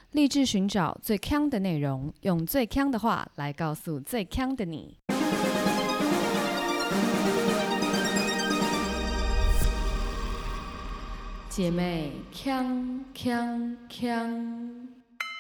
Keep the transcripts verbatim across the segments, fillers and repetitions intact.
立志寻找最强的内容，用最强的话来告诉最强的你。姐妹，强强强！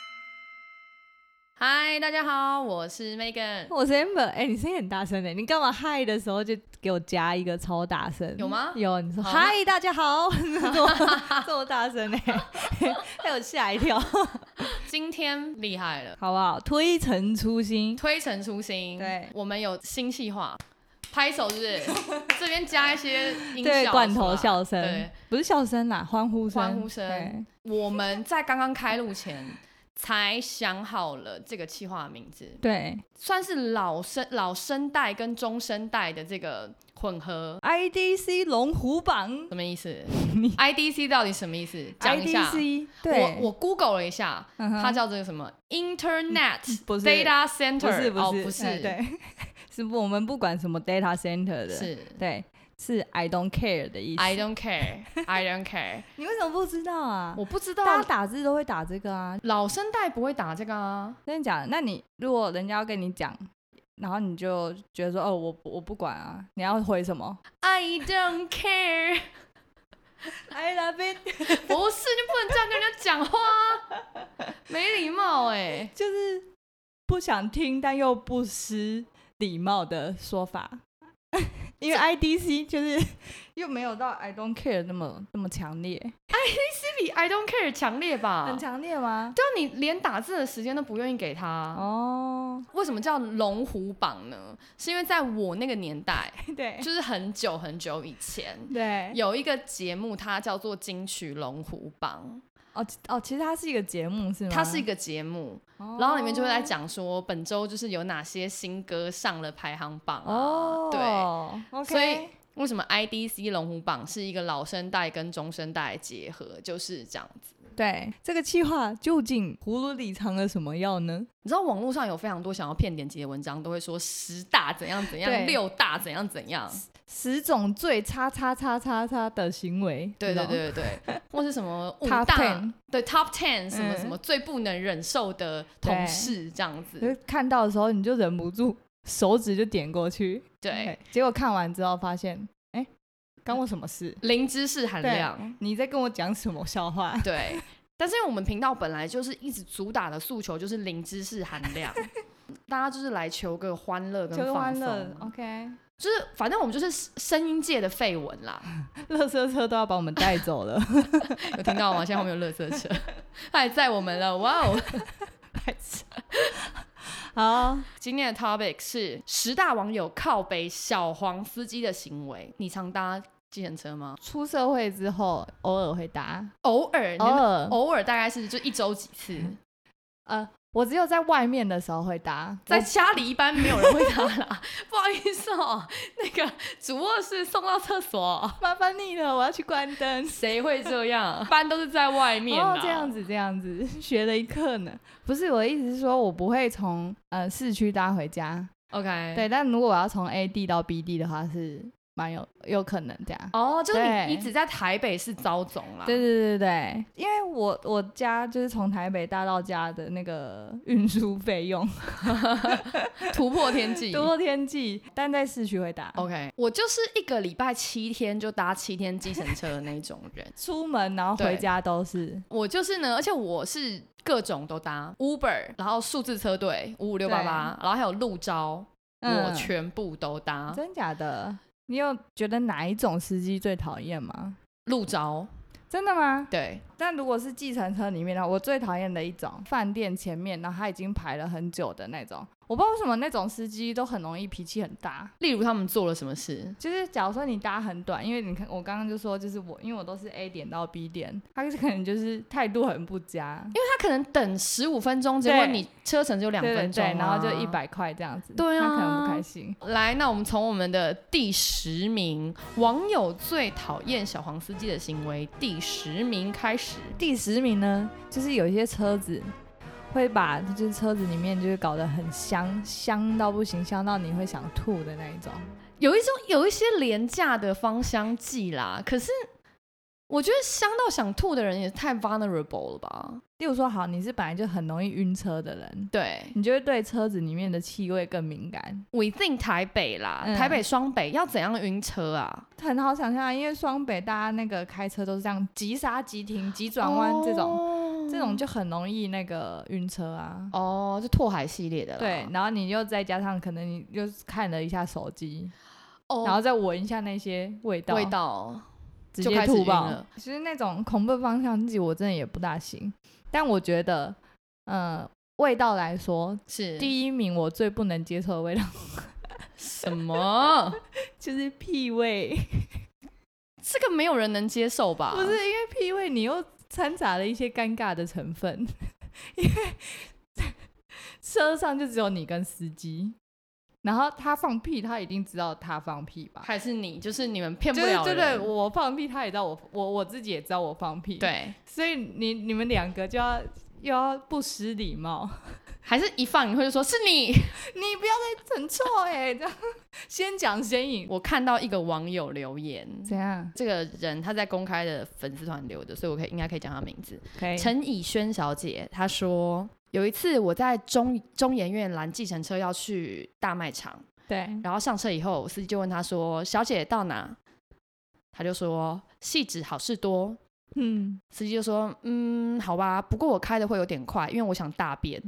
嗨，大家好，我是 Megan， 我是 Amber。哎、欸，你声音很大声哎，你干嘛嗨的时候就给我加一个超大声？ 有吗？ 有，你说嗨，大家好，这么这么大声哎，害我吓一跳。 今天厉害了， 好不好？推陈出新， 推陈出新。对，我们有新企划，拍手是不是？这边加一些音效， 对，罐头笑声， 对， 不是笑声啦，欢呼声， 欢呼声。我们在刚刚开录前才想好了这个企划的名字， 对，算是老生老生代跟中生代的这个混合。 I D C 龙虎榜什么意思？I D C 到底什么意思？讲一下。 I D C 对， 我我 Google 了一下，嗯、它叫这个什么 Internet、嗯、Data Center， 不是不是、 哦、不是、 呃，对，是我们不管什么 Data Center 的， 是， 对。是 I don't care 的意思。 I don't care I don't care 你为什么不知道啊？ 我不知道， 大家打字都会打这个啊， 老生代不会打这个啊。 真的假的？那你如果人家要跟你讲，然后你就觉得说哦我我不管啊，你要回什么？ I don't care I love it 不是，就不能这样跟人家讲话啊，没礼貌哎、欸， 就是不想听但又不失礼貌的说法。因为 I D C 就是又没有到 I don't care 那么那么强烈。 I D C 比 I don't care 强烈吧？ 很强烈吗？ 对啊，你连打字的时间都不愿意给他哦。为什么叫龙虎榜呢？是因为在我那个年代，对，就是很久很久以前，对，有一个节目它叫做金曲龙虎榜。 哦哦，其实它是一个节目是吗？ 它是一个节目，哦、然后里面就会在讲说本周就是有哪些新歌上了排行榜啊，哦、对， okay. 所以为什么 I D C 龙虎榜是一个老生代跟中生代的结合，就是这样子。 对，这个企划究竟葫芦里藏了什么药呢？ 你知道网络上有非常多想要骗点击的文章，都会说十大怎样怎样，六大怎样怎样， 十种最叉叉叉叉叉的行为， 对对对对对，或是什么五大 top 对 top ten 什么什么最不能忍受的同事这样子， 就看到的时候你就忍不住手指就点过去，对，结果看完之后发现，哎，干我什么事？ 零知识含量， 你在跟我讲什么笑话？ 对。但是因为我们频道本来就是一直主打的诉求就是零知识含量，大家就是来求个欢乐跟放松 ，OK， 就是反正我们就是声音界的废文啦， 垃圾车都要把我们带走了， 有听到吗？现在后面有垃圾车，他还载我们了，哇哦！好，今天的 topic 是十大网友靠北小黄司机的行为，你常搭计程车吗？ 出社会之后偶尔会搭， 偶尔偶尔偶尔大概是就一周几次。 呃，我只有在外面的时候会搭， 在家里一般没有人会搭啦。不好意思哦，那个主卧室送到厕所， 麻烦你了，我要去关灯。 谁会这样？一般都是在外面啦。 哦，这样子这样子，学了一课呢。不是，我的意思是说我不会从呃市区搭回家。OK， 对，但如果我要从 A 地到 B 地的话是。蛮有有可能这样哦，就是你你只在台北市遭总啦。 对对对对，因为我我家就是从台北搭到家的那个运输费用突破天际， 突破天际，但在市区会搭。 OK， 我就是一个礼拜七天就搭七天计程车的那种人， 出门然后回家都是。 我就是呢，而且我是各种都搭 Uber， 然后数字车队五五六八八，然后还有路招、嗯，我全部都搭。 真假的？你有觉得哪一种司机最讨厌吗？ 路招。 真的吗？ 对。 但如果是计程车里面的话，我最讨厌的一种，饭店前面然后他已经排了很久的那种，我不知道为什么那种司机都很容易脾气很大。 例如他们做了什么事？ 就是假如说你搭很短，因为你看我刚刚就说，就是我因为我都是 A 点到 B 点，他可能就是态度很不佳，因为他可能等十五分钟，结果你车程只有两分钟、啊， 对, 对, 对，然后就一百块这样子， 对啊， 他可能不开心。 来，那我们从我们的第十名网友最讨厌小黄司机的行为第十名开始。 第十名呢，就是有一些车子会把就是车子里面就是搞得很香，香到不行，香到你会想吐的那一种。 有一种有一些廉价的芳香剂啦，可是我觉得香到想吐的人也太 vulnerable 了吧。 例如说好，你是本来就很容易晕车的人， 对， 你就会对车子里面的气味更敏感。 我 think 台北啦、嗯、台北双北要怎样晕车啊？ 很好想象，因为双北大家那个开车都是这样急刹急停急转弯这种、哦、这种就很容易那个晕车啊。 哦，就拓海系列的啦。 对，然后你又再加上可能你又看了一下手机、哦、然后再闻一下那些味道味道直接吐爆了。其实那种恐怖方向剂我真的也不大行，但我觉得嗯，味道来说是第一名我最不能接受的味道。 什么？ 就是屁味。 这个没有人能接受吧？ 不是，因为屁味你又掺杂了一些尴尬的成分。因为车上就只有你跟司机，然后他放屁他一定知道他放屁吧？还是你就是你们骗不了人？对对对，我放屁他也知道我我我自己也知道我放屁，对，所以你你们两个就要又要不失礼貌。还是一放你会就说是你，你不要再很臭哎、欸，这样先讲先赢。我看到一个网友留言，怎样？这个人他在公开的粉丝团留的，所以我可以应该可以讲他名字。陈以轩小姐，她说有一次我在中中研院拦计程车要去大卖场，对，然后上车以后，司机就问她说：“小姐到哪？”她就说：“汐止好事多。”嗯，司机就说嗯好吧，不过我开的会有点快，因为我想大便。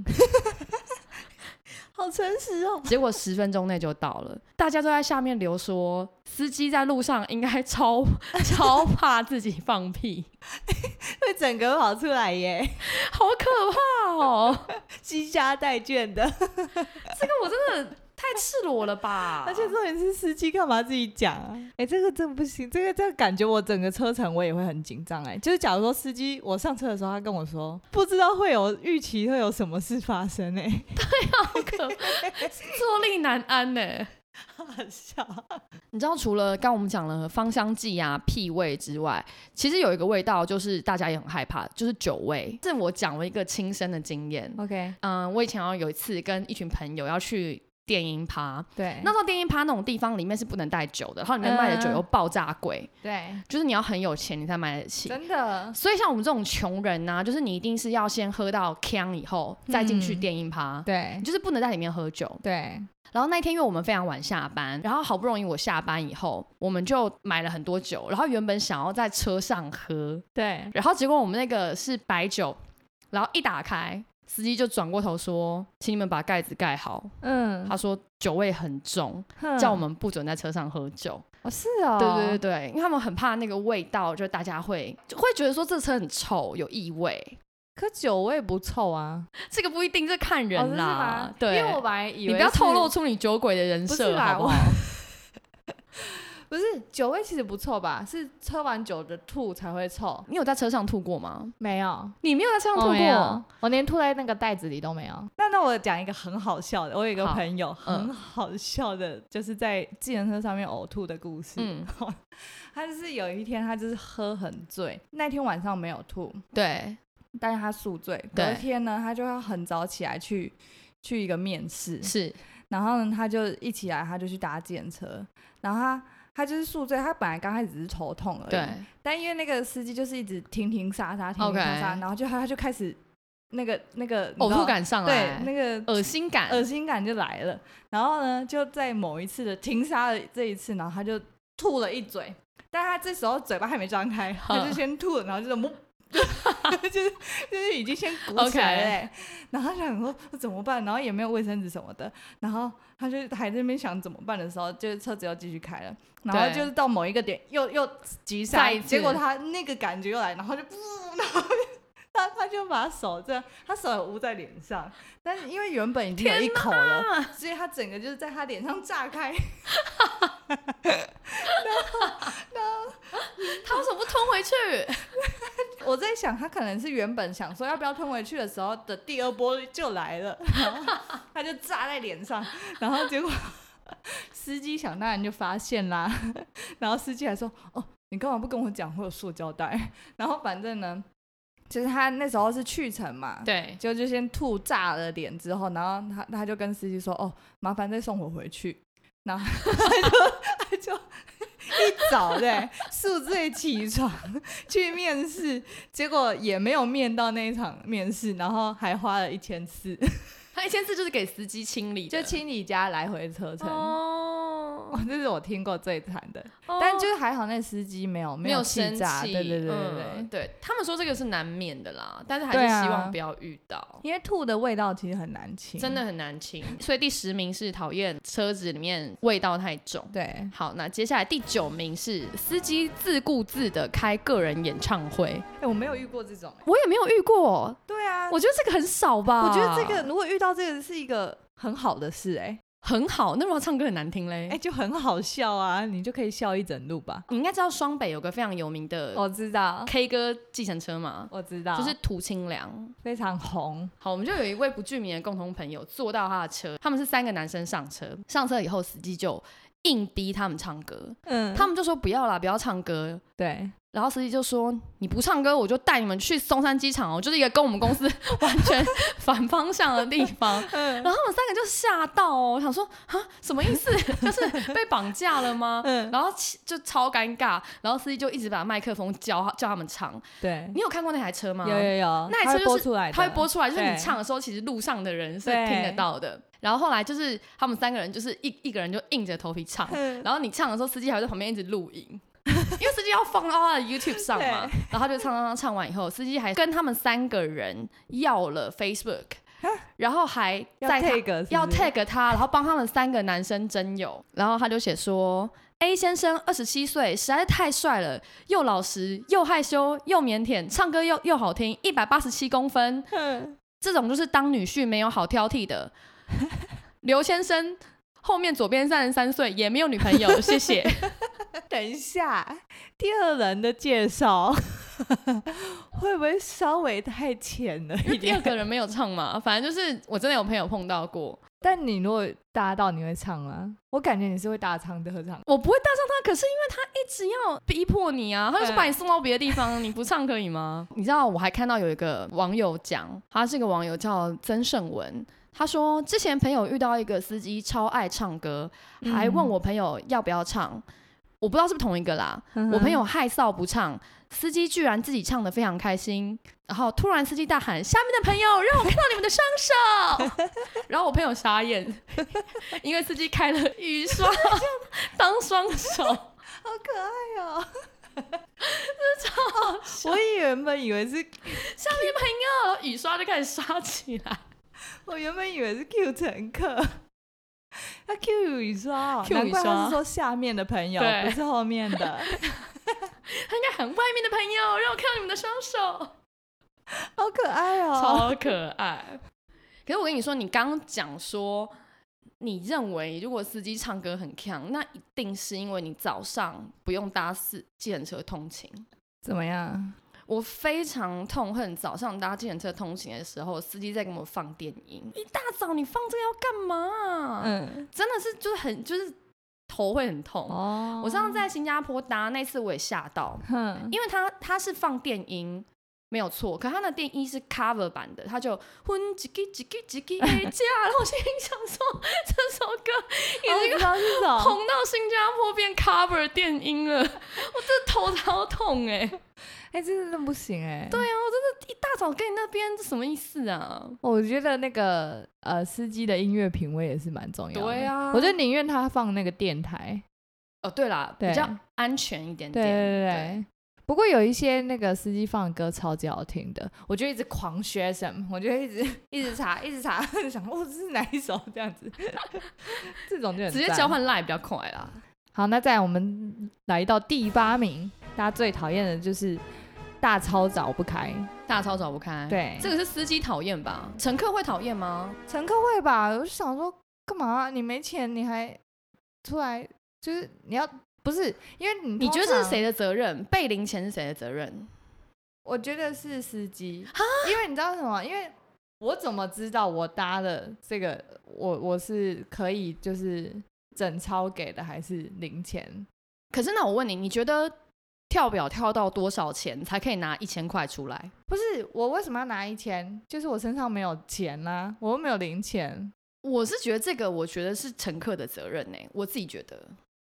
好诚实哦。结果十分钟内就到了，大家都在下面留说司机在路上应该超超怕自己放屁。会整个跑出来耶，好可怕哦。惜家带眷的。这个我真的太赤裸了吧。而且重点是司机干嘛自己讲啊？哎、欸，这个真的不行，这个这个感觉我整个车程我也会很紧张哎。就是假如说司机我上车的时候他跟我说不知道会有预期会有什么事发生哎。对啊，好可怕。坐立难安哎。好笑。你知道除了刚我们讲了芳香剂啊屁味之外，其实有一个味道就是大家也很害怕，就是酒味。这我讲了一个亲身的经验。 OK， 嗯，我以前有一次跟一群朋友要去电音趴，对，那时候电音趴那种地方里面是不能带酒的，然后里面卖的酒又爆炸贵、嗯、对，就是你要很有钱你才买得起，真的。所以像我们这种穷人啊，就是你一定是要先喝到呛以后再进去电音趴、嗯、对，你就是不能在里面喝酒，对。然后那天因为我们非常晚下班，然后好不容易我下班以后我们就买了很多酒，然后原本想要在车上喝，对，然后结果我们那个是白酒，然后一打开司机就转过头说请你们把盖子盖好，嗯，他说酒味很重，叫我们不准在车上喝酒。哦，是哦，对对对对，因为他们很怕那个味道，就大家会就会觉得说这车很臭有异味。可酒味不臭啊，这个不一定，这看人啦、哦、对，因为我本来以为你不要透露出你酒鬼的人设好不好？不是，酒味其实不臭吧，是喝完酒的吐才会臭。你有在车上吐过吗？没有。你没有在车上吐过？我, 我连吐在那个袋子里都没有。那那我讲一个很好笑的，我有一个朋友很好笑的、嗯、就是在计程车上面呕吐的故事。嗯，他就是有一天他就是喝很醉，那天晚上没有吐，对，但是他宿醉，隔天呢他就要很早起来去去一个面试，是，然后呢他就一起来他就去搭计程车，然后他他就是宿醉，他本来刚开始只是头痛而已，对，但因为那个司机就是一直停停刹刹停停刹刹， okay. 然后就他就开始那个那个呕吐感上来，对，那个恶心感恶心感就来了，然后呢就在某一次的停刹的这一次，然后他就吐了一嘴，但他这时候嘴巴还没张开，他就先吐了，然后就摸就是就是已经先鼓起来了、欸 okay. 然后他想说怎么办，然后也没有卫生纸什么的，然后他就还在那边想怎么办的时候，就是车子又继续开了，然后就是到某一个点又又急刹，结果他那个感觉又来，然后就然后他他就把手这样，他手有捂在脸上，但是因为原本已经有一口了，所以他整个就是在他脸上炸开。然后然后他为什么不吞回去？我在想他可能是原本想说要不要吞回去的时候的第二波就来了，然后他就炸在脸上，然后结果司机想当然就发现啦，然后司机还说哦你干嘛不跟我讲会有塑胶袋，然后反正呢就是他那时候是去程嘛，对，就就先吐炸了脸之后，然后他他就跟司机说哦麻烦再送我回去，然后他就他就一早对宿醉起床去面试，结果也没有面到那一场面试，然后还花了一千四。 他一千四就是给司机清理的， 就清理加来回车程。 哦， 这是我听过最惨的，哦、但就是还好那司机没有没有气炸，对对对对对、 嗯，对他们说这个是难免的啦，但是还是希望不要遇到，啊、 因为吐的味道其实很难清， 真的很难清。所以第十名是讨厌车子里面味道太重。 对， 好，那接下来第九名是司机自顾自的开个人演唱会。 哎、欸，我没有遇过这种、欸， 我也没有遇过。 对啊， 我觉得这个很少吧。 我觉得这个如果遇到这个是一个很好的事、欸，哎。 很好，那如果唱歌很难听嘞？ 哎、欸，就很好笑啊，你就可以笑一整路吧。 你应该知道双北有个非常有名的， 我知道 K 歌计程车嘛， 我知道， 就是涂清凉， 非常红。 好，我们就有一位不具名的共同朋友坐到他的车，他们是三个男生上车，上车以后司机就硬逼他们唱歌，嗯，他们就说不要啦，不要唱歌， 对。 然后司机就说：“你不唱歌，我就带你们去松山机场哦，就是一个跟我们公司完全反方向的地方。嗯”然后他们三个就吓到哦，想说啊，什么意思？就是被绑架了吗？嗯、然后就超尴尬。然后司机就一直把麦克风叫叫他们唱。 对， 你有看过那台车吗？ 有有有， 那台车就是它会播出来的， 它会播出来，就是你唱的时候，其实路上的人是听得到的。然后后来就是他们三个人就是一一个人就硬着头皮唱，嗯、然后你唱的时候，司机还会在旁边一直录影。因为司机要放到他的 YouTube 上嘛，然后他就唱唱唱唱完以后，司机还跟他们三个人要了 Facebook， 然后还在他要 tag 是不是？ 要 tag 他，然后帮他们三个男生征友，然后他就写说 A 先生二十七岁，实在是太帅了，又老实又害羞又腼腆，唱歌又又好听，一百八十七公分，这种就是当女婿没有好挑剔的。刘先生后面左边三十三岁，也没有女朋友，谢谢。 等一下，第二人的介绍会不会稍微太浅了一点？ 第二个人没有唱嘛，反正就是我真的有朋友碰到过。 但你如果搭到，你会唱吗？我感觉你是会大唱特唱。 我不会大唱他，可是因为他一直要逼迫你啊，他就是把你送到别的地方，你不唱可以吗？你知道我还看到有一个网友讲，他是个网友叫曾胜文。他说之前朋友遇到一个司机超爱唱歌，还问我朋友要不要唱，我不知道是不是同一个啦。嗯、我朋友害臊不唱，司机居然自己唱得非常开心，然后突然司机大喊下面的朋友让我看到你们的双手然后我朋友傻眼因为司机开了雨刷当双手好可爱哦这超好笑。 我原本以为是下面朋友，然后雨刷就开始刷起来。 我原本以为是 Q 乘客，他 Q 雨刷、哦， Q 雨刷难怪他是说下面的朋友，不是后面的。 他应该喊外面的朋友，让我看到你们的双手， 好可爱哦， 超可爱。可是我跟你说，你刚刚讲说，你认为如果司机唱歌很强，那一定是因为你早上不用搭计程车通勤。 怎么样？ 我非常痛恨早上搭计程车通勤的时候，司机在给我放电音。一大早你放这个要干嘛？嗯，真的是就是很就是头会很痛。哦，我上次在新加坡搭那次我也吓到，嗯，因为他他是放电音没有错，可他的电音是 cover 版的，他就混叽叽叽叽叽叽哎加，然后我心里想说这首歌已经红到新加坡变 cover 电音了，我真的头超痛哎、欸。 哎、欸，真的不行哎、欸！ 对啊，我真的一大早跟你那边，这什么意思啊？ 我觉得那个呃，司机的音乐品味也是蛮重要的。 对啊， 我就宁愿他放那个电台。 哦，对啦，比较安全一点点。 对对 对, 对。不过有一些那个司机放的歌超级好听的，我就一直狂学什么，我就一直一直查，一直查，就想哦，这是哪一首这样子？这种就很直接交换 line 比较快啦。 好，那再来我们来到第八名，大家最讨厌的就是大超找不开。 大超找不开， 对， 这个是司机讨厌吧？乘客会讨厌吗？ 乘客会吧。我就想说，干嘛、啊？你没钱，你还出来，就是你要不是因为你， 你觉得这是谁的责任？被零钱是谁的责任？ 我觉得是司机，因为你知道什么？因为我怎么知道我搭的这个，我我是可以就是整钞给的，还是零钱？ 可是那我问你，你觉得跳表跳到多少钱才可以拿一千块出来？ 不是，我为什么要拿一千？就是我身上没有钱啊，我又没有零钱。 我是觉得这个，我觉得是乘客的责任呢、欸，我自己觉得。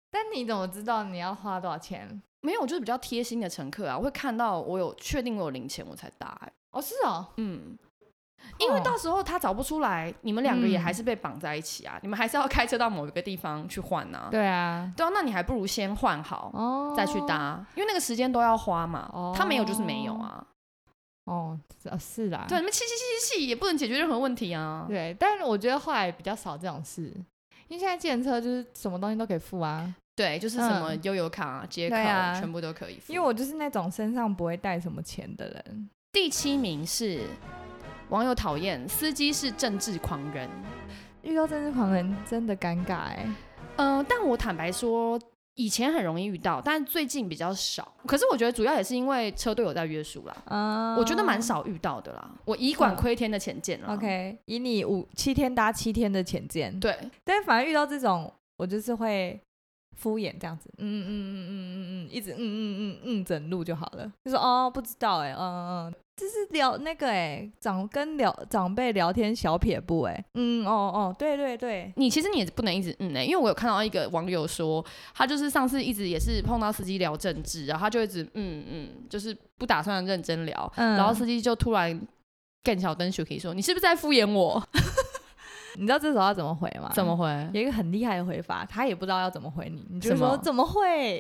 但你怎么知道你要花多少钱？ 没有，我就是比较贴心的乘客啊，我会看到我有确定我有零钱我才搭、欸。 哦，是哦， 嗯，因为到时候他找不出来，你们两个也还是被绑在一起啊、嗯，你们还是要开车到某一个地方去换啊。 对啊， 对啊，那你还不如先换好、哦、再去搭，因为那个时间都要花嘛。哦、他没有就是没有啊。 哦，是啦。 对，你们气气气气气也不能解决任何问题啊。 对，但是我觉得后来比较少这种事，因为现在计程车就是什么东西都可以付啊。 对，就是什么悠游卡、街、嗯、口、啊、全部都可以付。 因为我就是那种身上不会带什么钱的人。 第七名是网友讨厌司机是政治狂人。 遇到政治狂人真的尴尬哎、欸。 嗯、呃，但我坦白说，以前很容易遇到，但最近比较少。可是我觉得主要也是因为车队有在约束啦。嗯、uh, 我觉得蛮少遇到的啦。我以管窥天的浅见啦。 OK， 以你五七天搭七天的浅见。 对， 但反而遇到这种，我就是会敷衍这样子，嗯嗯嗯嗯嗯嗯，一直嗯嗯嗯嗯整路就好了。就说哦不知道哎、欸，嗯嗯，这是聊那个哎、欸，长跟聊长辈聊天小撇步哎、欸，嗯哦哦，对对对， 你其实你也不能一直嗯哎、欸，因为我有看到一个网友说，他就是上次一直也是碰到司机聊政治，然后他就一直嗯嗯，就是不打算认真聊，嗯、然后司机就突然更小灯 Shuki 说，你是不是在敷衍我？ 你知道这时候要怎么回吗？ 怎么回？ 有一个很厉害的回法，他也不知道要怎么回你，你就说怎么会？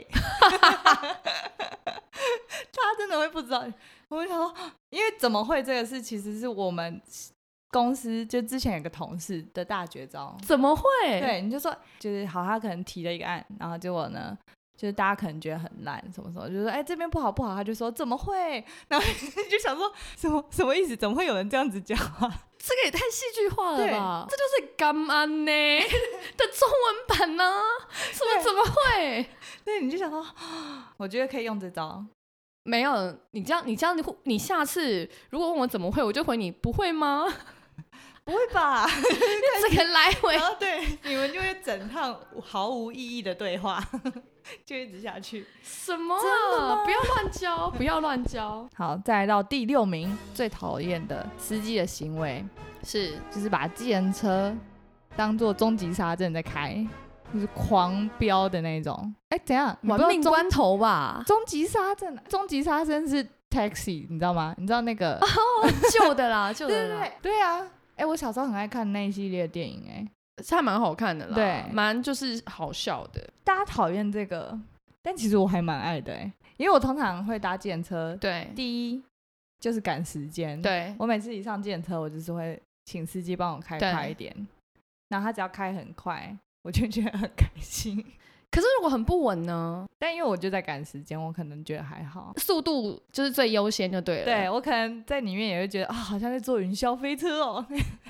他真的会不知道。我就想说，因为怎么会这个事，其实是我们公司就之前有个同事的大绝招。 怎么会？ 对，你就说就是好，他可能提了一个案，然后结果呢，就是大家可能觉得很烂什么什么，就说哎、欸、这边不好不好，他就说怎么会？然后你就想说什么什么意思？怎么会有人这样子讲话？ 这个也太戏剧化了吧！这就是甘安呢的中文版呢、啊，什么怎么会？ 对，你就想说，我觉得可以用这招。 没有，你这样，你这样，你下次如果问我怎么会，我就回你不会吗？ 不会吧？ 这个来回， 然后对，你们就会整趟毫无意义的对话，就一直下去。 什么、啊？真的吗？不要乱教，不要乱教。 好，再来到第六名，最讨厌的司机的行为是， 就是把计程车当作终极杀阵在开，就是狂飙的那种。哎，怎样？ 玩命关头吧？ 终极杀阵，终极杀阵是 Taxi， 你知道吗？你知道那个旧的啦，旧的啦。 对对对，对啊。哎、欸，我小时候很爱看那一系列的电影、欸，哎， 它蛮好看的啦， 对， 蛮就是好笑的。 大家讨厌这个，但其实我还蛮爱的、欸，因为我通常会搭计程车， 对， 第一就是赶时间， 对， 我每次一上计程车，我就是会请司机帮我开快一点，然后他只要开很快，我就觉得很开心。 可是如果很不稳呢？ 但因为我就在赶时间，我可能觉得还好， 速度就是最优先就对了。 对，我可能在里面也会觉得啊，好像在坐云霄飞车哦。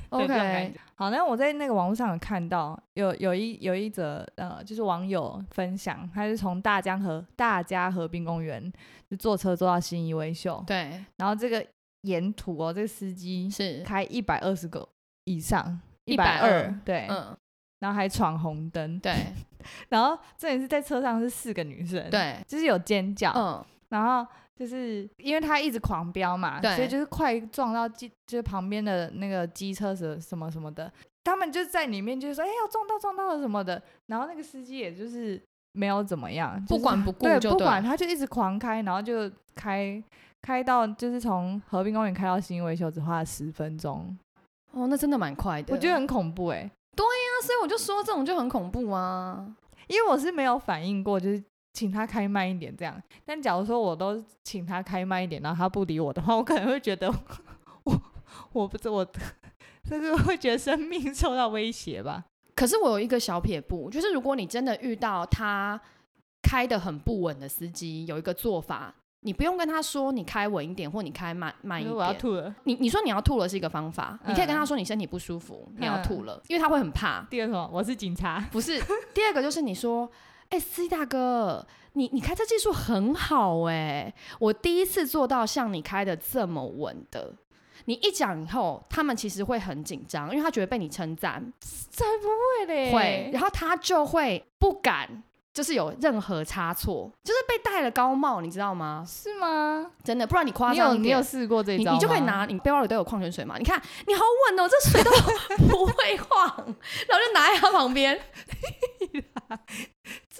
OK， 好，那我在那个网络上有看到有有一有一则呃，就是网友分享，他是从大江河大家河滨公园就坐车坐到信义威秀， 对， 然后这个沿途哦，这个司机是开一百二十个以上，一百二，对，嗯，然后还闯红灯， 对。 然后这里是在车上是四个女生， 对， 就是有尖叫， 嗯， 然后就是因为他一直狂飙嘛，所以就是快撞到机，就是旁边的那个机车什什么什么的，他们就在里面就是说，哎、欸，要撞到撞到了什么的，然后那个司机也就是没有怎么样，就是、 不管不顾就 对, 对，不管他就一直狂开，然后就开开到就是从河滨公园开到信义威秀只花了十分钟， 哦，那真的蛮快的， 我觉得很恐怖哎、欸。 对呀、啊，所以我就说这种就很恐怖啊， 因为我是没有反应过，就是请他开慢一点这样。但假如说我都请他开慢一点，然后他不理我的话，我可能会觉得我我不是我，这个会觉得生命受到威胁吧。 可是我有一个小撇步，就是如果你真的遇到他开得很不稳的司机，有一个做法。你不用跟他说你开稳一点或你开慢慢一点， 我要吐了。 你你说你要吐了是一个方法、嗯，你可以跟他说你身体不舒服，你要吐了，嗯、因为他会很怕。 第二个，我是警察， 不是。第二个就是你说，哎、欸，司机大哥，你你开车技术很好哎、欸，我第一次做到像你开的这么稳的。你一讲以后，他们其实会很紧张，因为他觉得被你称赞。 才不会嘞， 会，然后他就会不敢。就是有任何差错，就是被戴了高帽，你知道吗？ 是吗？ 真的，不然你夸张一点， 你有试过这一招吗？ 你你就可以拿，你背包里都有矿泉水嘛？你看你好稳哦，这水都不会晃，然后就拿在他旁边。 这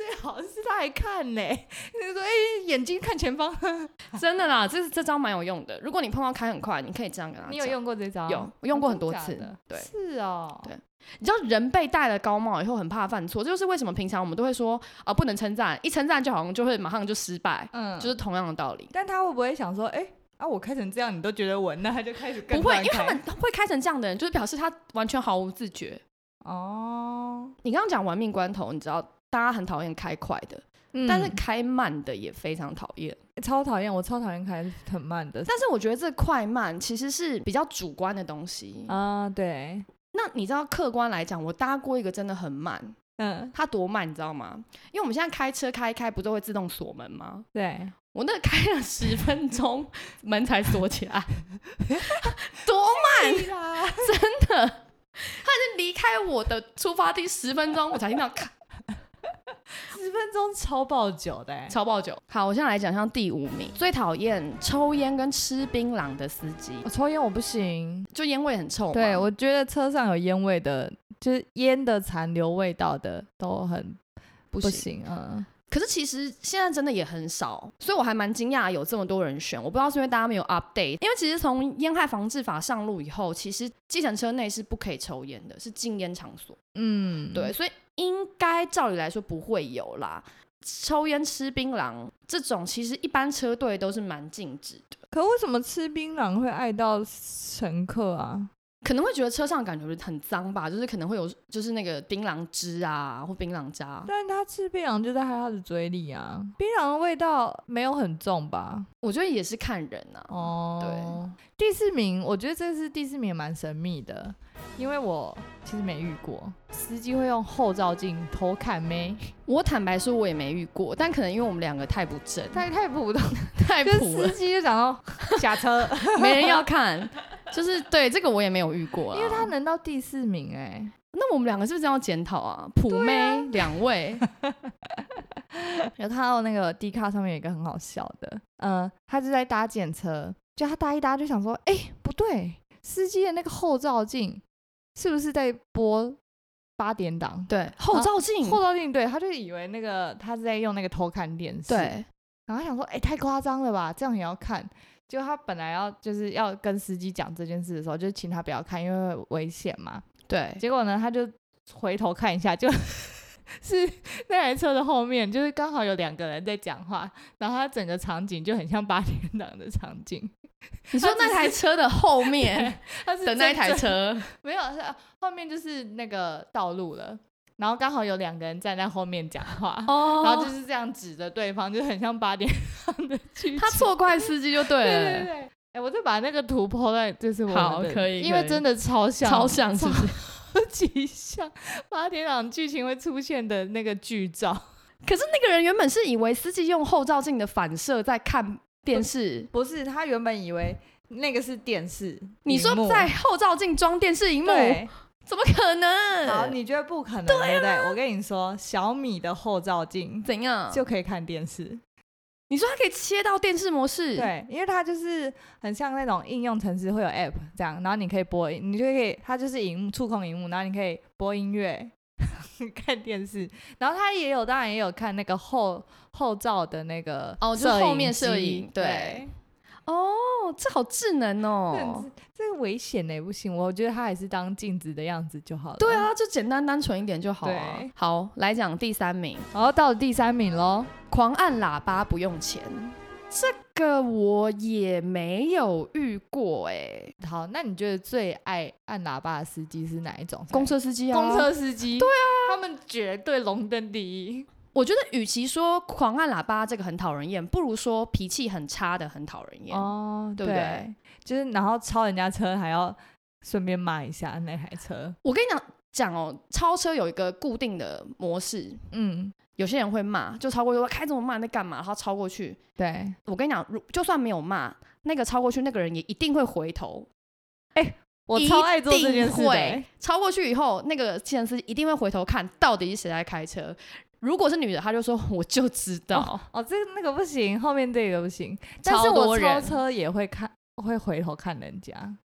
最好是他还看呢，你说哎、欸、眼睛看前方， 真的啦，这这招蛮有用的。如果你碰到开很快，你可以这样跟他讲。 你有用过这招？ 有，我用过很多次。 哦、 对， 是哦， 对。你知道人被戴了高帽以后很怕犯错，这就是为什么平常我们都会说啊、呃、不能称赞，一称赞就好像就会马上就失败，嗯，就是同样的道理。 但他会不会想说，哎、欸？啊，我开成这样你都觉得稳，那他就开始更不会，因为他们会开成这样的人，就是表示他完全毫无自觉。 哦， 你刚刚讲玩命关头，你知道大家很讨厌开快的、嗯，但是开慢的也非常讨厌， 超讨厌，我超讨厌开很慢的。 但是我觉得这快慢其实是比较主观的东西啊，对。 那你知道客观来讲，我搭过一个真的很慢。嗯，它多慢你知道吗？因为我们现在开车开一开不都会自动锁门吗？ 对， 我那开了十分钟门才锁起来多慢真的，他已经离开我的出发地十分钟我才听到咔十分钟超爆久的、欸、 超爆久。好，我现在来讲像第五名最讨厌抽烟跟吃槟榔的司机。 我抽烟我不行， 就烟味很臭嘛。 对，我觉得车上有烟味的，就是烟的残留味道的都很不行, 不行嗯。 可是其实现在真的也很少，所以我还蛮惊讶有这么多人选。我不知道是因为大家没有 update， 因为其实从烟害防治法上路以后，其实计程车内是不可以抽烟的，是禁烟场所。嗯，对，所以应该照理来说不会有啦。抽烟吃槟榔这种其实一般车队都是蛮禁止的。 可为什么吃槟榔会碍到乘客啊？ 可能会觉得车上感觉很脏吧，就是可能会有就是那个槟榔汁啊或槟榔渣， 但是他吃槟榔就在他的嘴里啊，槟榔的味道没有很重吧？ 我觉得也是看人啊。哦， 对。第四名，我觉得这次第四名蛮神秘的，因为我其实没遇过司机会用后照镜偷看妹。 我坦白说我也没遇过，但可能因为我们两个太不正， 太太普通， 太普了， 司机就讲到下车没人要看，就是对这个我也没有遇过啊。 因为他能到第四名哎、欸， 那我们两个是不是要检讨啊？普妹两、啊、位有看到那个 D 卡上面有一个很好笑的，呃，他就在搭检车，就他搭一搭就想说，哎、欸，不对，司机的那个后照镜是不是在播八点档？ 对，后照镜， 后照镜，对，他就以为那个他是在用那个偷看电视， 对， 然后他想说，哎、欸，太夸张了吧，这样也要看？就他本来要就是要跟司机讲这件事的时候，就请他不要看，因为会危险嘛。对，结果呢，他就回头看一下，就是那台车的后面，就是刚好有两个人在讲话，然后他整个场景就很像八点档的场景。 你说那台车的后面的那台车没有，后面就是那个道路了。然后刚好有两个人站在后面讲话， oh. 然后就是这样指着对方，就很像八点档的剧情。 他错怪司机就对了。 对对对，哎、欸，我就把那个图 po 在，就是我们的， 好，可以， 因为真的超像， 超像，是不是？ 超级像八点档剧情会出现的那个剧照。 可是那个人原本是以为司机用后照镜的反射在看电视， 不是，他原本以为那个是电视。 你说在后照镜装电视萤幕？怎么可能？ 好，你觉得不可能，对不对？我跟你说，小米的后照镜怎样就可以看电视？ 你说它可以切到电视模式？ 对，因为它就是很像那种应用程式会有 app 这样，然后你可以播，你就可以，它就是荧幕触控荧幕，然后你可以播音乐、看电视，然后它也有，当然也有看那个后后照的那个哦，就是后面摄影，对。 对哦，这好智能哦！ 这个危险呢，不行，我觉得他还是当镜子的样子就好了。 对啊，就简单单纯一点就好啊。好，来讲第三名， 然后到了第三名咯， 狂按喇叭不用钱，这个我也没有遇过哎。 好，那你觉得最爱按喇叭的司机是哪一种？ 公车司机啊， 公车司机， 对啊， 他们绝对龙登第一。 我觉得与其说狂按喇叭这个很讨人厌，不如说脾气很差的很讨人厌哦，对不对？ 对，就是然后超人家车还要顺便骂一下那台车。 我跟你讲讲哦，超车有一个固定的模式，嗯，有些人会骂，就超过去说开这么慢在干嘛，然后超过去。对，我跟你讲，就算没有骂，那个超过去那个人也一定会回头。哎、欸， 我超爱做这件事的、 欸。超过去以后，那个计程司机一定会回头看到底是谁在开车。如果是女的，她就说我就知道。 哦，哦这那个不行，后面这个不行。但是我超车也会看，会回头看人家， 看人家干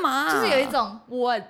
嘛、啊？ 就是有一种 what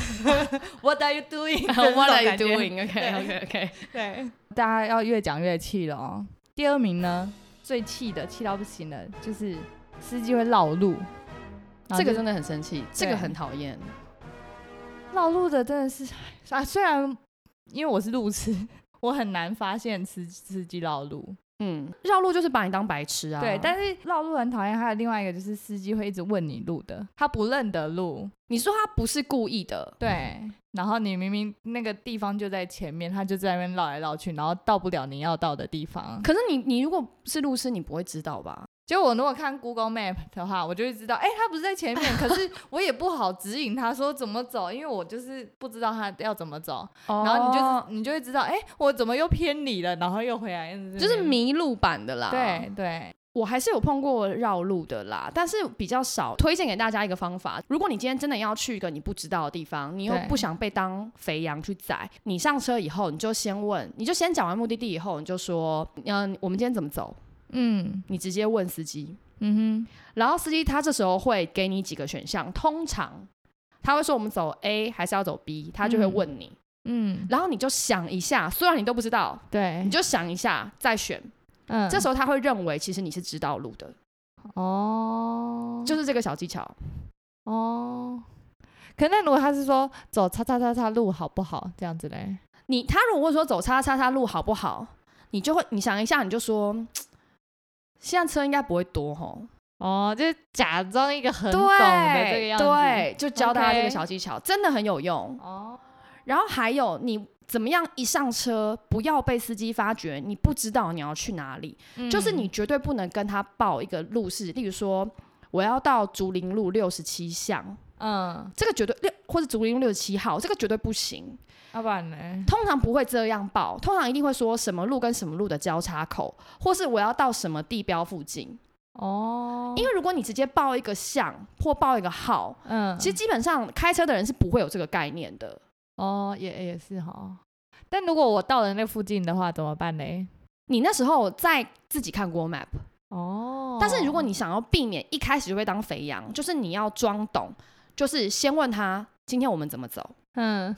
what are you doing what are you doing OK OK OK 对，大家要越讲越气了哦。第二名呢，最气的气到不行的就是司机会绕路， 这个真的很生气，这个很讨厌。 绕路的真的是啊，虽然因为我是路痴，我很难发现司司机绕路。 嗯，绕路就是把你当白痴啊。 对，但是绕路很讨厌。还有另外一个就是司机会一直问你路的，他不认得路。 你说他不是故意的， 对。然后你明明那个地方就在前面，他就在那边绕来绕去，然后到不了你要到的地方。 可是你你如果是路痴，你不会知道吧？ 就我如果看 Google Map 的话，我就会知道，哎、欸，他不是在前面，可是我也不好指引他说怎么走，因为我就是不知道他要怎么走，哦、然后你就你就会知道，哎、欸，我怎么又偏离了，然后又回来， 就是迷路版的啦。 对对， 我还是有碰过绕路的啦，但是比较少。推荐给大家一个方法，如果你今天真的要去一个你不知道的地方，你又不想被当肥羊去宰，你上车以后，你就先问，你就先讲完目的地以后，你就说，嗯，我们今天怎么走？嗯，你直接问司机。嗯哼，然后司机他这时候会给你几个选项，通常他会说我们走 A 还是要走 B， 他就会问你，嗯，然后你就想一下，虽然你都不知道，对，你就想一下再选，嗯，这时候他会认为其实你是知道路的，哦，就是这个小技巧， 哦，可那如果他是说走叉叉叉叉路好不好这样子嘞， 你他如果问说走叉叉叉路好不好，你就会你想一下，你就说。现在车应该不会多齁， 哦，就假装一个很懂的这个样子， 对，就教大家这个小技巧， okay. 真的很有用哦。然后还有你怎么样一上车不要被司机发觉你不知道你要去哪里，嗯、就是你绝对不能跟他报一个路是，例如说我要到竹林路六十七巷，嗯，这个绝对六或者竹林路六十七号，这个绝对不行。 要不然呢？ 通常不会这样报，通常一定会说什么路跟什么路的交叉口，或是我要到什么地标附近。哦，因为如果你直接报一个巷或报一个号，嗯，其实基本上开车的人是不会有这个概念的。 哦，也也是哈。但如果我到了那附近的话，怎么办呢？ 你那时候再自己看 Google Map。哦。但是如果你想要避免一开始就会当肥羊，就是你要装懂，就是先问他今天我们怎么走。嗯。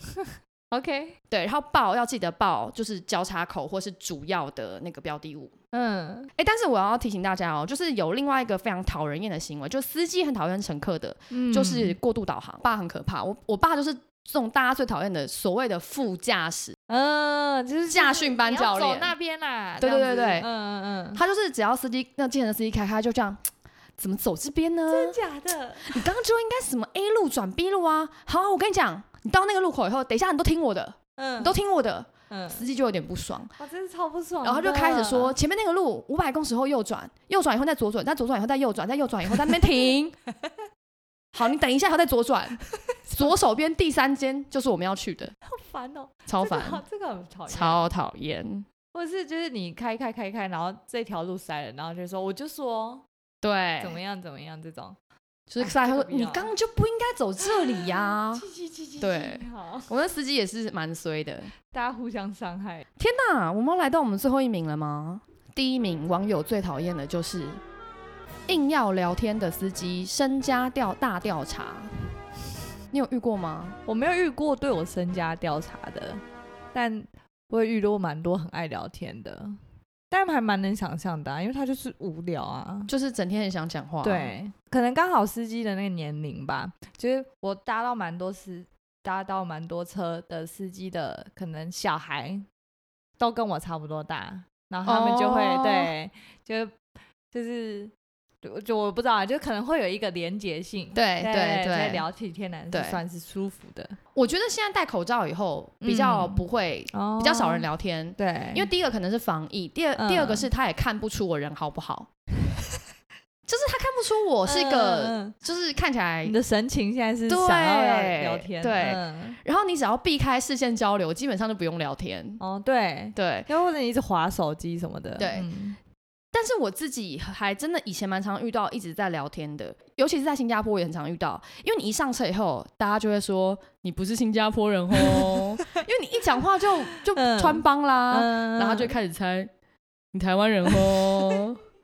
OK， 对，然后报要记得报，就是交叉口或是主要的那个标的物。嗯，哎，但是我要提醒大家哦，就是有另外一个非常讨人厌的行为，就司机很讨厌乘客的，嗯、就是过度导航。爸很可怕，我我爸就是这种大家最讨厌的所谓的副驾驶，嗯，就是驾训班教练。 走那边啦， 对对对对， 嗯嗯嗯， 他就是只要司机那计程车司机开开就这样。怎么走这边呢？ 真假的？ 你刚刚就应该什么 A 路转 B 路啊？好啊，我跟你讲，你到那个路口以后，等一下你都听我的，嗯，你都听我的，嗯，司机就有点不爽， 哇，真是超不爽。 然后他就开始说，前面那个路五百公尺后右转，右转以后再左转，再左转以后再右转，再右转以后在那边停。好，你等一下以后再左转，左手边第三间就是我们要去的。 好烦哦， 超烦， 这个很讨厌， 超讨厌。 或者是就是你开开开开，然后这条路塞了，然后就说我就说。 对， 怎么样怎么样这种， 就是他说你刚刚就不应该走这里呀、啊。对，我们司机也是蛮衰的， 大家互相伤害。 天哪，我们要来到我们最后一名了吗？第一名网友最讨厌的就是硬要聊天的司机，身家调大调查。你有遇过吗？ 我没有遇过对我身家调查的，但我也遇到蛮多很爱聊天的。但还蛮能想象的、啊，因为他就是无聊啊， 就是整天很想讲话、啊。 对，可能刚好司机的那个年龄吧，就是我搭到蛮多司，搭到蛮多车的司机的，可能小孩都跟我差不多大，然后他们就会、哦、对，就就是就我不知道，就可能会有一个连结性， 对对对， 聊起天来是算是舒服的。 我觉得现在戴口罩以后比较不会、嗯、比较少人聊天、哦、 对， 因为第一个可能是防疫，第二、嗯、第二个是他也看不出我人好不好就是他看不出我是一个、嗯、就是看起来你的神情现在是想要聊天， 对、嗯、然后你只要避开视线交流基本上就不用聊天哦，对对，又或者你一直滑手机什么的， 对、嗯，但是我自己还真的以前蛮常遇到一直在聊天的，尤其是在新加坡也很常遇到，因为你一上车以后大家就会说你不是新加坡人哦因为你一讲话就就穿帮啦、嗯、然后就开始猜你台湾人哦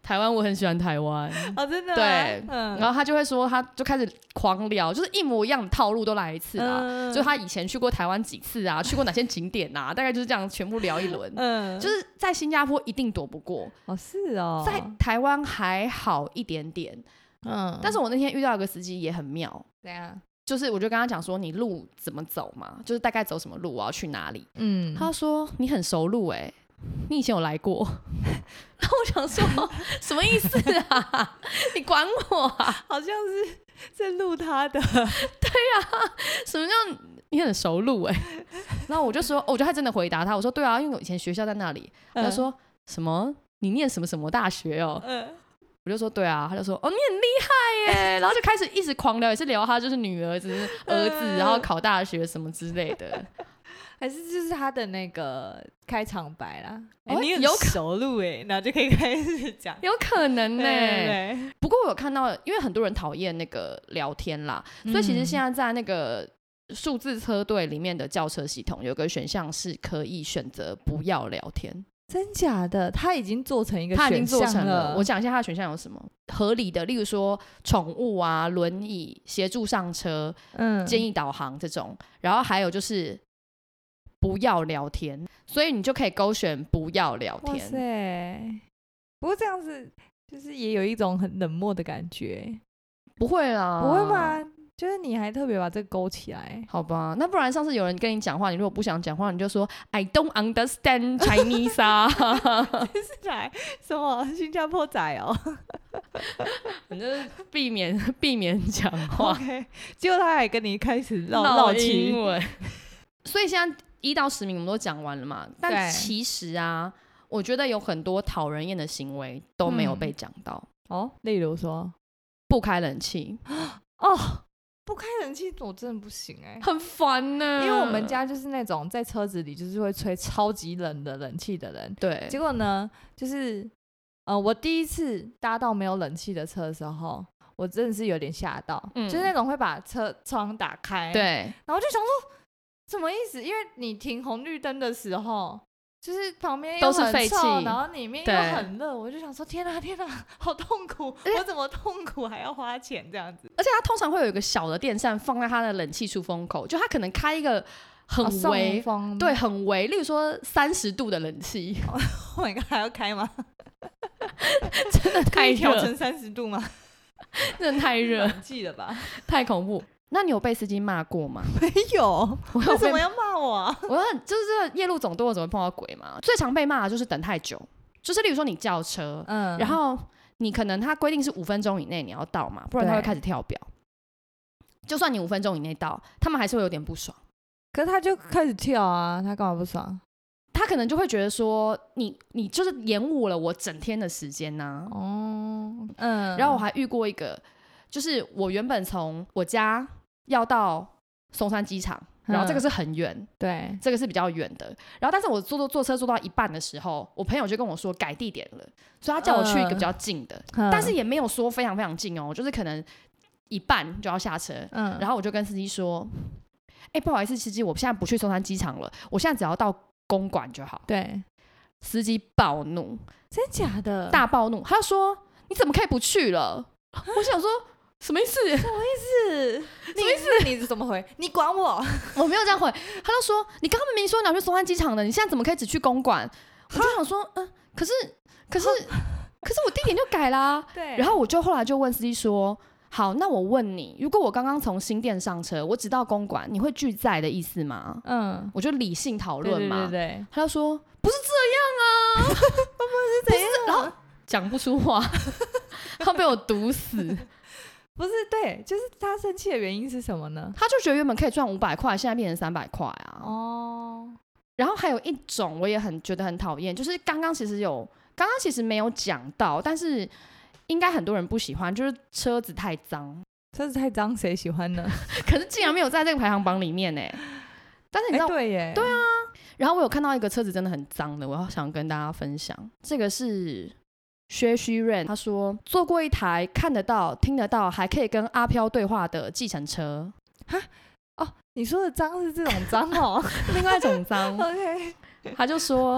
台湾我很喜欢台湾哦，真的、啊、 对、 嗯、 然后他就会说他就开始狂聊，就是一模一样的套路都来一次啦、嗯、就他以前去过台湾几次啊，去过哪些景点啊，大概就是这样全部聊一轮、嗯、就是在新加坡一定躲不过哦，是哦， 在台湾还好一点点，嗯，但是我那天遇到一个司机也很妙， 怎样？ 就是我就跟他讲说你路怎么走嘛，就是大概走什么路，我要去哪里，嗯，他说你很熟路哎、欸，你以前有来过然后我想说什么意思啊你管我啊， 好像是在录他的对啊，什么叫你很熟路哎、欸？然后我就说、哦、我就还真的回答他，我说对啊，因为我以前学校在那里、嗯、他说什么你念什么什么大学哦、嗯，我就说对啊，他就说哦你很厉害耶然后就开始一直狂聊，也是聊他就是女儿子儿子然后考大学什么之类的还是就是他的那个开场白啦，哎、欸，你很熟路哎，然后就可以开始讲， 有可能呢、 欸。对， 不过我有看到，因为很多人讨厌那个聊天啦、嗯，所以其实现在在那个数字车队里面的轿车系统有个选项是可以选择不要聊天。 真假的？他已经做成一个选项了， 他已经做成了。我讲一下他的选项有什么合理的，例如说宠物啊、轮椅、协助上车、嗯、建议导航这种，然后还有就是。不要聊天，所以你就可以勾选不要聊天。哇塞！不过这样子就是也有一种很冷漠的感觉。 不会啦， 不会吗？就是你还特别把这个勾起来。 好吧，那不然上次有人跟你讲话，你如果不想讲话，你就说 I don't understand Chinese 啊。 这是来什么新加坡仔哦？ 你就是避免避免讲话。 Okay, 结果他还跟你开始唠唠英文。所以现在。一到十名我们都讲完了嘛，但其实啊，我觉得有很多讨人厌的行为都没有被讲到、 嗯、哦，例如说不开冷气哦，不开冷气我真的不行哎、欸， 很烦呢、 欸。因为我们家就是那种在车子里就是会吹超级冷的冷气的人， 对。 结果呢，就是呃，我第一次搭到没有冷气的车的时候，我真的是有点吓到、嗯，就是那种会把车窗打开， 对， 然后就想说。什么意思？因为你停红绿灯的时候，就是旁边又很臭，都是废气，然后里面又很热，我就想说天啊天啊，好痛苦！我怎么痛苦还要花钱这样子？ 而且它通常会有一个小的电扇放在它的冷气出风口，就它可能开一个很微、 哦、 对，很微，例如说三十度的冷气。 Oh my god， 还要开吗？ 真的太热， 调成三十度吗？ 真的太热， 冷气了吧？ 太恐怖。那你有被司机骂过吗？ 没有，为什么要骂我啊？ 我很就是夜路总多，怎么碰到鬼嘛？最常被骂的就是等太久，就是例如说你叫车，嗯，然后你可能他规定是五分钟以内你要到嘛，不然他会开始跳表。就算你五分钟以内到，他们还是会有点不爽。 可是他就开始跳啊，他干嘛不爽？ 他可能就会觉得说你你就是延误了我整天的时间呐、啊。哦，嗯。然后我还遇过一个。就是我原本从我家要到松山机场，然后这个是很远、嗯， 对， 这个是比较远的。然后但是我坐坐坐车坐到一半的时候，我朋友就跟我说改地点了，所以他叫我去一个比较近的，嗯、但是也没有说非常非常近哦，就是可能一半就要下车。嗯，然后我就跟司机说：“哎、欸，不好意思，司机，我现在不去松山机场了，我现在只要到公馆就好。” 对， 司机暴怒， 真假的？ 大暴怒，他就说：“你怎么可以不去了？”我想说。什么意思？ 什么意思？什么意思？你是怎么回？你管我？ 我没有这样回。他就说：“你刚刚明明说你要去松山机场的，你现在怎么可以只去公馆？”我就想说：“嗯、呃，可是，可是，可是我地点就改啦。”对。然后我就后来就问司机说：“好，那我问你，如果我刚刚从新店上车，我只到公馆，你会拒载的意思吗？”嗯，我就理性讨论嘛。 对对对对。 他就说：“不是这样啊，不是这样。”然后讲不出话，他被我堵死。 不是，对，就是他生气的原因是什么呢？ 他就觉得原本可以赚五百块，现在变成三百块啊。哦。然后还有一种我也很觉得很讨厌，就是刚刚其实有，刚刚其实没有讲到，但是应该很多人不喜欢，就是车子太脏。 车子太脏，谁喜欢呢？ 可是竟然没有在这个排行榜里面呢。但是你知道， 欸、对耶， 对啊。然后我有看到一个车子真的很脏的，我要想跟大家分享，这个是。薛虚任他说坐过一台看得到听得到还可以跟阿飘对话的计程车。 哈哦，你说的脏是这种脏哦， 另外一种脏。 OK， 他就说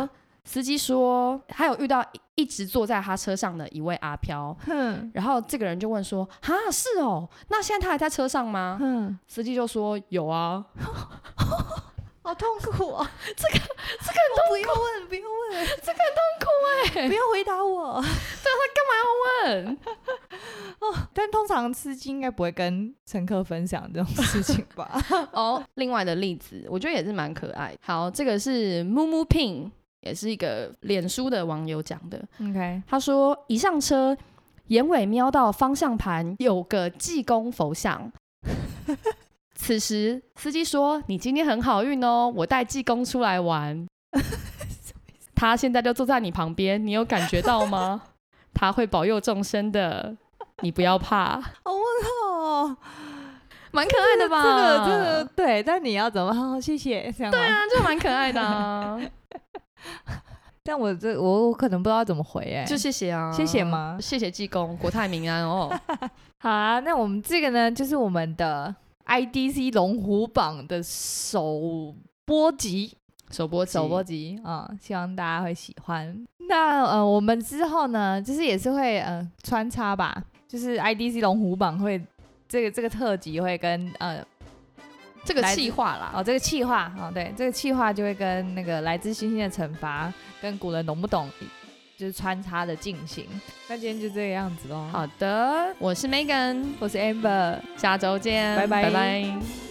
司机说他有遇到一直坐在他车上的一位阿飘，然后这个人就问说哈是哦，那现在他还在车上吗？司机就说有啊。 好痛苦哦， 这个这个很痛苦， 不要问不要问， 这个很痛苦哎、欸， 不要回答我。 对，他干嘛要问？ 哦，但通常司机应该不会跟乘客分享这种事情吧？ 哦，另外的例子，我觉得也是蛮可爱的。好，这个是 Mumu Ping， 也是一个脸书的网友讲的。 OK， 他说一上车，眼尾瞄到方向盘有个济公佛像。此时司机说你今天很好运哦，我带济公出来玩。他现在就坐在你旁边，你有感觉到吗？他会保佑众生的，你不要怕。 好问号哦， 蛮可爱的吧？ 这个这个对，但你要怎么好好谢谢这样吗？ 对啊，就蛮可爱的啊。 但我这我我可能不知道怎么回哎、欸， 就谢谢啊， 谢谢吗？ 谢谢济公，国泰民安哦。 好啊，那我们这个呢，就是我们的 I D C 龙虎榜的首播集， 首播集首播集啊、嗯，希望大家会喜欢。那呃，我们之后呢，就是也是会呃穿插吧，就是 I D C 龙虎榜会这个这个特辑会跟呃这个企划啦， 哦，这个企划哦，对，这个企划就会跟那个来自星星的惩罚跟古人懂不懂就是穿插的进行。那今天就这个样子咯。 好的，我是 Megan， 我是 Amber， 下周见， 拜拜拜拜。